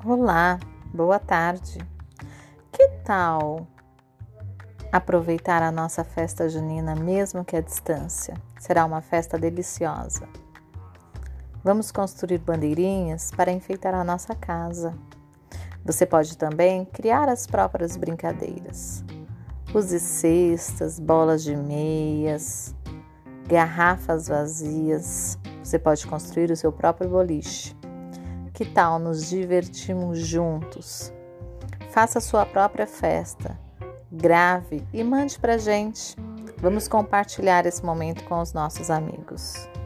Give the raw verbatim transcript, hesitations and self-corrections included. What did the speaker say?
Olá, boa tarde. Que tal aproveitar a nossa festa junina mesmo que à distância? Será uma festa deliciosa. Vamos construir bandeirinhas para enfeitar a nossa casa. Você pode também criar as próprias brincadeiras. Use cestas, bolas de meias, garrafas vazias. Você pode construir o seu próprio boliche. Que tal nos divertirmos juntos? Faça sua própria festa, grave e mande pra gente. Vamos compartilhar esse momento com os nossos amigos.